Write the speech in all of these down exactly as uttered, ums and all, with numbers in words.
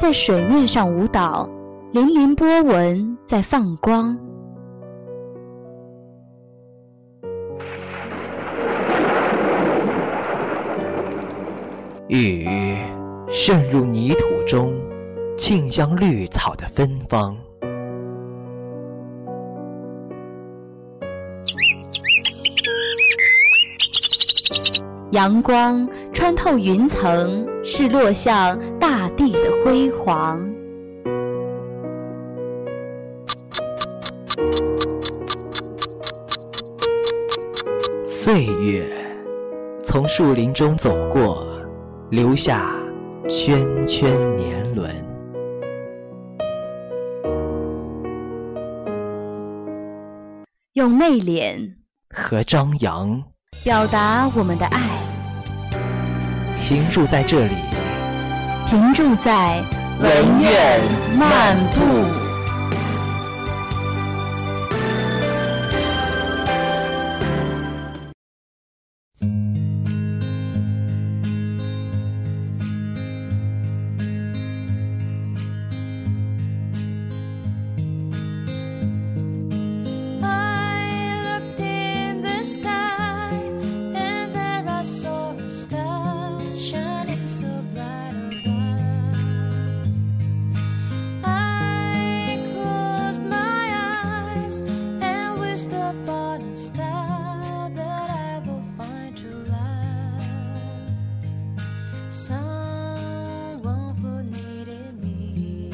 在水面上舞蹈，粼粼波纹在放光。 雨渗入泥土中，沁香绿草的芬芳。 阳光穿透云层，是落向大地的辉煌。 岁月从树林中走过，留下圈圈年轮。 用内敛和张扬表达我们的爱， 停驻在这里， 停驻在文苑漫步。 Someone who needed me,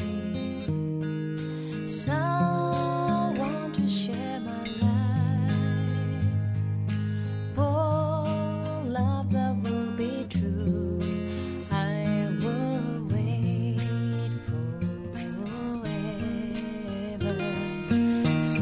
someone to share my life, for love that will be true, I will wait forever. So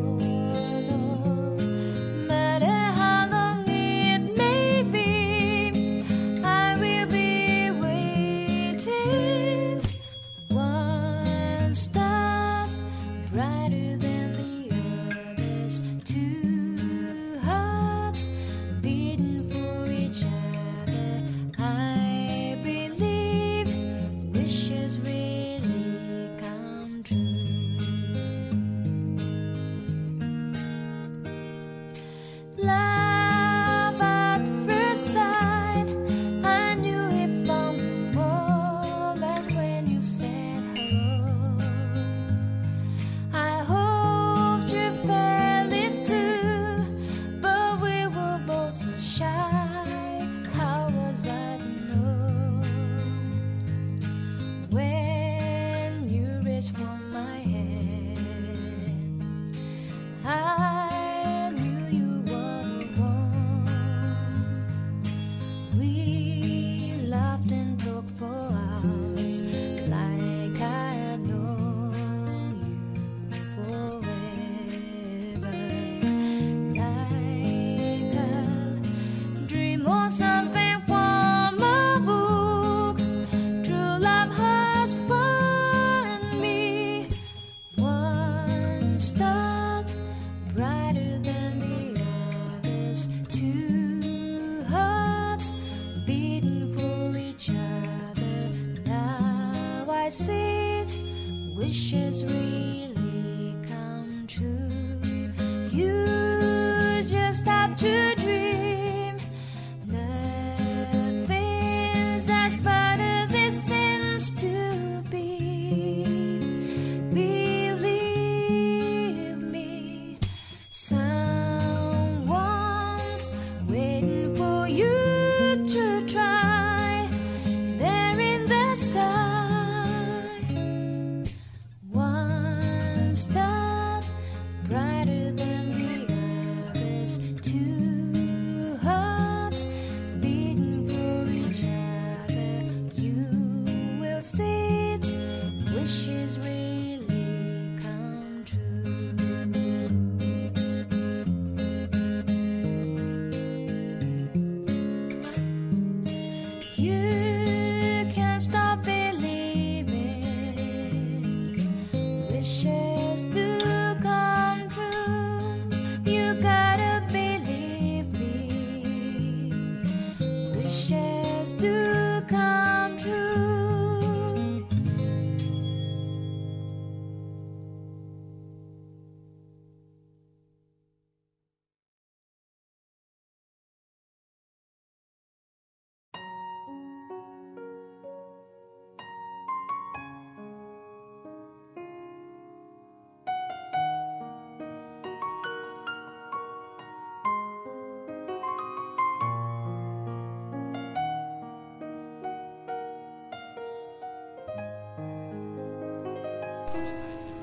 no matter how long it may be, I will be waiting. One star brighter than the others, two hearts beating for each other. I believe wishes really come true. Love at first sight, I knew it from the moment when you said hello. I hoped you felt it too, but we were both so shy. How was I to know? When you reached for my hand, I knew you were the one. We laughed and talked for hours, like I had known you forever. Like a dream or something from a book, true love has found me. One star brighter than the others, two hearts beating for each other. Now I see wishes really come true. You just have to dream. Nothing's as bad as it seems to be. Believe me, someone's waiting for you to try. There in the sky, one star brighter than the others, two hearts beating for each other. You will see wishes really come true. You can't stop believing wishes do come true. You gotta believe me, wishes do come true.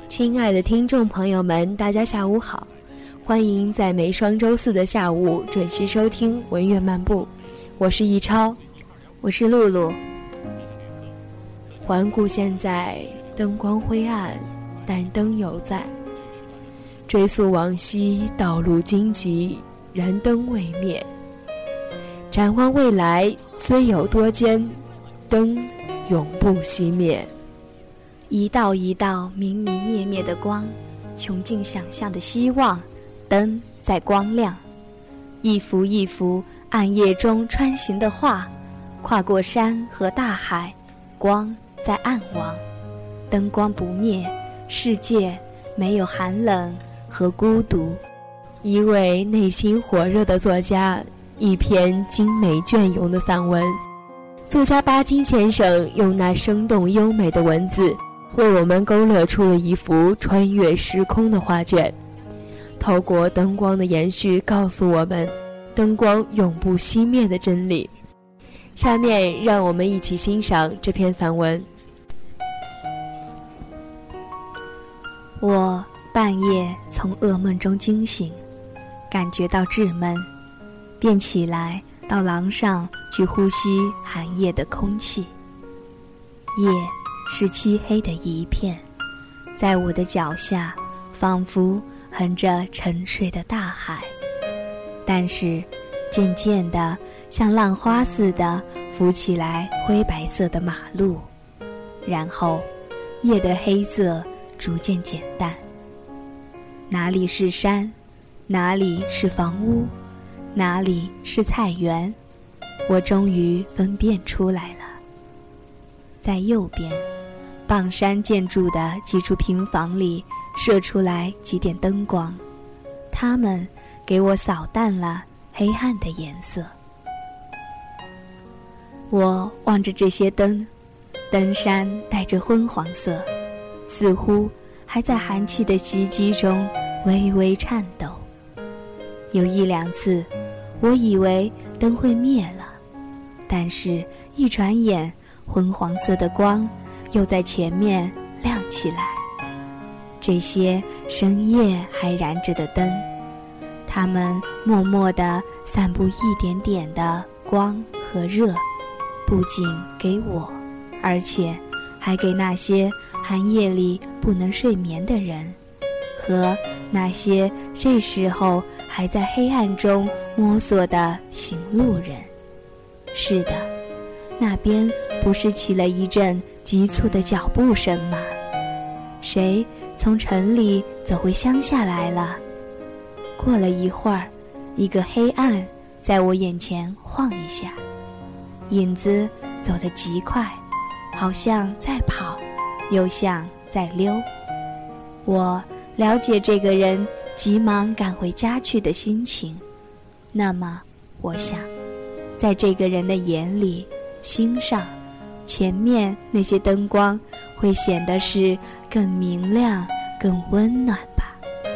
亲爱的听众朋友们，大家下午好，欢迎在每双周四的下午准时收听文乐漫步，我是易超， 我是露露。 环顾现在，灯光灰暗，但灯犹在。追溯往昔，道路荆棘，燃灯未灭。展望未来，虽有多艰，灯永不熄灭。 一道一道明明灭灭的光，穷尽想象的希望，灯在光亮。一幅一幅暗夜中穿行的画，跨过山和大海，光在暗亡。灯光不灭，世界没有寒冷和孤独。 一位内心火热的作家，一篇精美隽永的散文。作家巴金先生用那生动优美的文字，为我们勾勒出了一幅穿越时空的画卷。透过灯光的延续，告诉我们灯光永不熄灭的真理。下面让我们一起欣赏这篇散文。 我半夜从噩梦中惊醒，感觉到稚闷，便起来到廊上去呼吸寒夜的空气。夜是漆黑的一片，在我的脚下仿佛横着沉睡的大海，但是渐渐地像浪花似的浮起来灰白色的马路，然后夜的黑色逐渐减淡。哪里是山，哪里是房屋，哪里是菜园，我终于分辨出来了。在右边，傍山建筑的几处平房里射出来几点灯光，它们给我扫淡了黑暗的颜色。我望着这些灯，灯山带着昏黄色，似乎还在寒气的袭击中微微颤抖。有一两次，我以为灯会灭了，但是一转眼，昏黄色的光又在前面亮起来。这些深夜还燃着的灯，它们默默地散布一点点的光和热，不仅给我，而且还给那些寒夜里不能睡眠的人，和那些这时候还在黑暗中摸索的行路人。是的，那边不是起了一阵急促的脚步声吗？谁从城里走回乡下来了？过了一会儿，一个黑暗在我眼前晃一下，影子走得极快，好像在跑，又像在溜。我了解这个人急忙赶回家去的心情，那么我想，在这个人的眼里、心上，前面那些灯光会显得是更明亮、更温暖吧。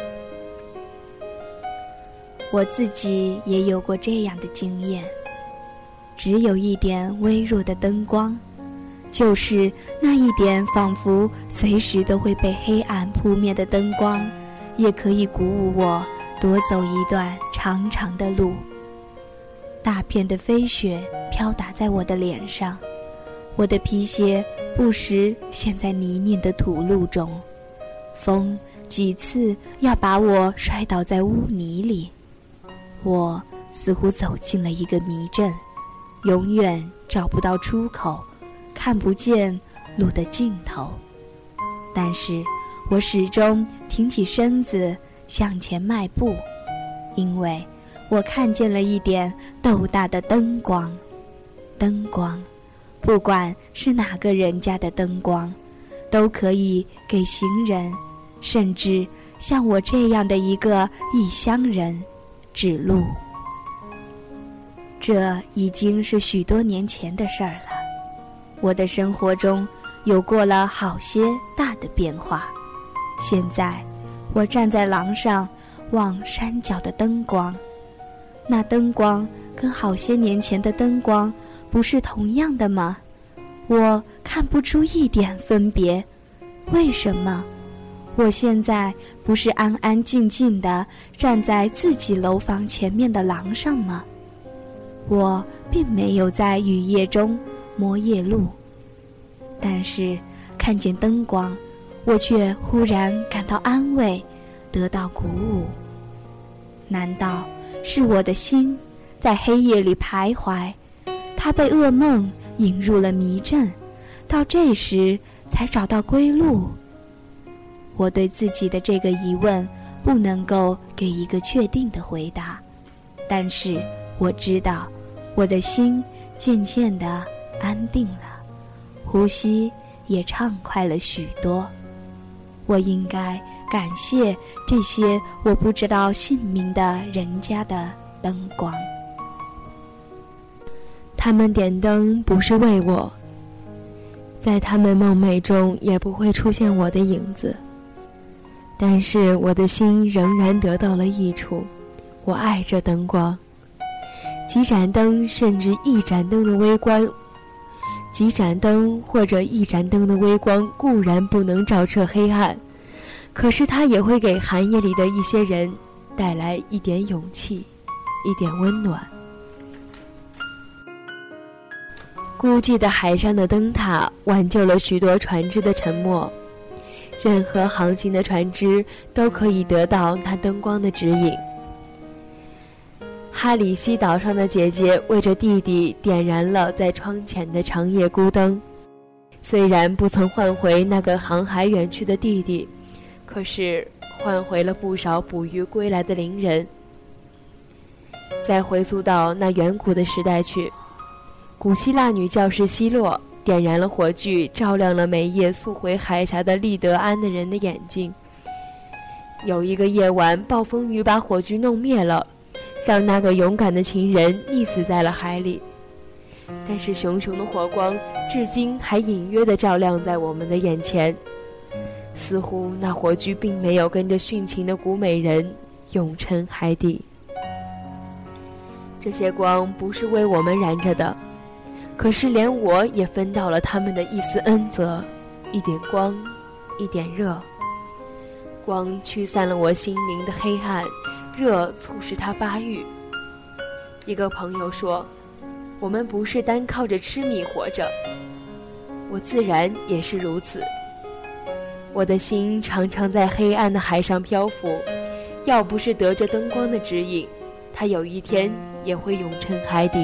我自己也有过这样的经验，只有一点微弱的灯光，就是那一点仿佛随时都会被黑暗扑灭的灯光，也可以鼓舞我多走一段长长的路。大片的飞雪飘打在我的脸上，我的皮鞋不时陷在泥泞的土路中，风几次要把我摔倒在污泥里。我似乎走进了一个迷阵，永远找不到出口，看不见路的尽头。但是我始终挺起身子向前迈步，因为我看见了一点豆大的灯光。灯光，不管是哪个人家的灯光，都可以给行人，甚至像我这样的一个异乡人指路。这已经是许多年前的事儿了，我的生活中有过了好些大的变化。现在我站在廊上望山脚的灯光，那灯光跟好些年前的灯光不是同样的吗？我看不出一点分别。为什么？ 我现在不是安安静静地站在自己楼房前面的廊上吗？我并没有在雨夜中摸夜路，但是看见灯光，我却忽然感到安慰，得到鼓舞。难道是我的心在黑夜里徘徊，它被噩梦引入了迷阵，到这时才找到归路？我对自己的这个疑问不能够给一个确定的回答，但是我知道我的心渐渐地安定了，呼吸也畅快了许多。我应该感谢这些我不知道姓名的人家的灯光。 他们点灯不是为我，在他们梦寐中也不会出现我的影子，但是我的心仍然得到了益处。我爱这灯光，几盏灯甚至一盏灯的微光，几盏灯或者一盏灯的微光固然不能照彻黑暗，可是它也会给寒夜里的一些人带来一点勇气，一点温暖。孤寂的海上的灯塔挽救了许多船只的沉没，任何航行的船只都可以得到那灯光的指引。哈里西岛上的姐姐为着弟弟点燃了在窗前的长夜孤灯，虽然不曾换回那个航海远去的弟弟，可是换回了不少捕鱼归来的邻人。再回溯到那远古的时代去，古希腊女教师希洛点燃了火炬，照亮了每夜速回海峡的利德安的人的眼睛。有一个夜晚，暴风雨把火炬弄灭了，让那个勇敢的情人溺死在了海里。但是熊熊的火光至今还隐约地照亮在我们的眼前，似乎那火炬并没有跟着殉情的古美人永沉海底。这些光不是为我们燃着的，可是连我也分到了他们的一丝恩泽，一点光，一点热。光驱散了我心灵的黑暗，热促使它发育。一个朋友说，我们不是单靠着吃米活着，我自然也是如此。我的心常常在黑暗的海上漂浮，要不是得着灯光的指引，它有一天也会永沉海底。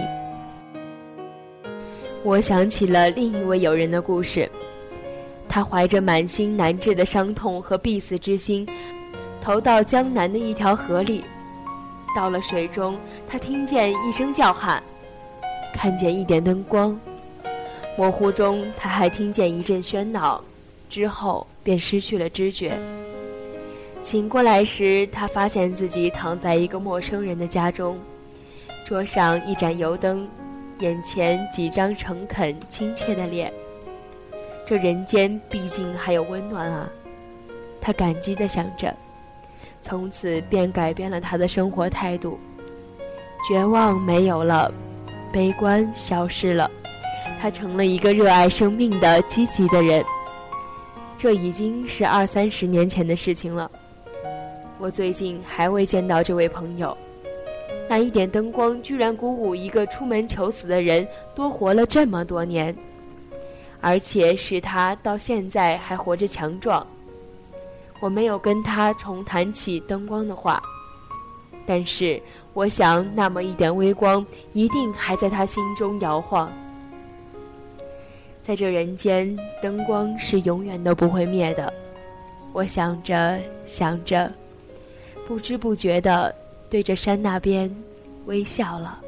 我想起了另一位友人的故事，他怀着满心难治的伤痛和必死之心，投到江南的一条河里。到了水中，他听见一声叫喊，看见一点灯光，模糊中他还听见一阵喧闹，之后便失去了知觉。醒过来时，他发现自己躺在一个陌生人的家中，桌上一盏油灯，眼前几张诚恳亲切的脸。这人间毕竟还有温暖啊，他感激地想着，从此便改变了他的生活态度。绝望没有了，悲观消失了，他成了一个热爱生命的积极的人。这已经是二三十年前的事情了。我最近还未见到这位朋友，那一点灯光居然鼓舞一个出门求死的人多活了这么多年，而且使他到现在还活着强壮。我没有跟他重谈起灯光的话，但是我想那么一点微光一定还在他心中摇晃。在这人间，灯光是永远都不会灭的。我想着想着，不知不觉地对着山那边微笑了。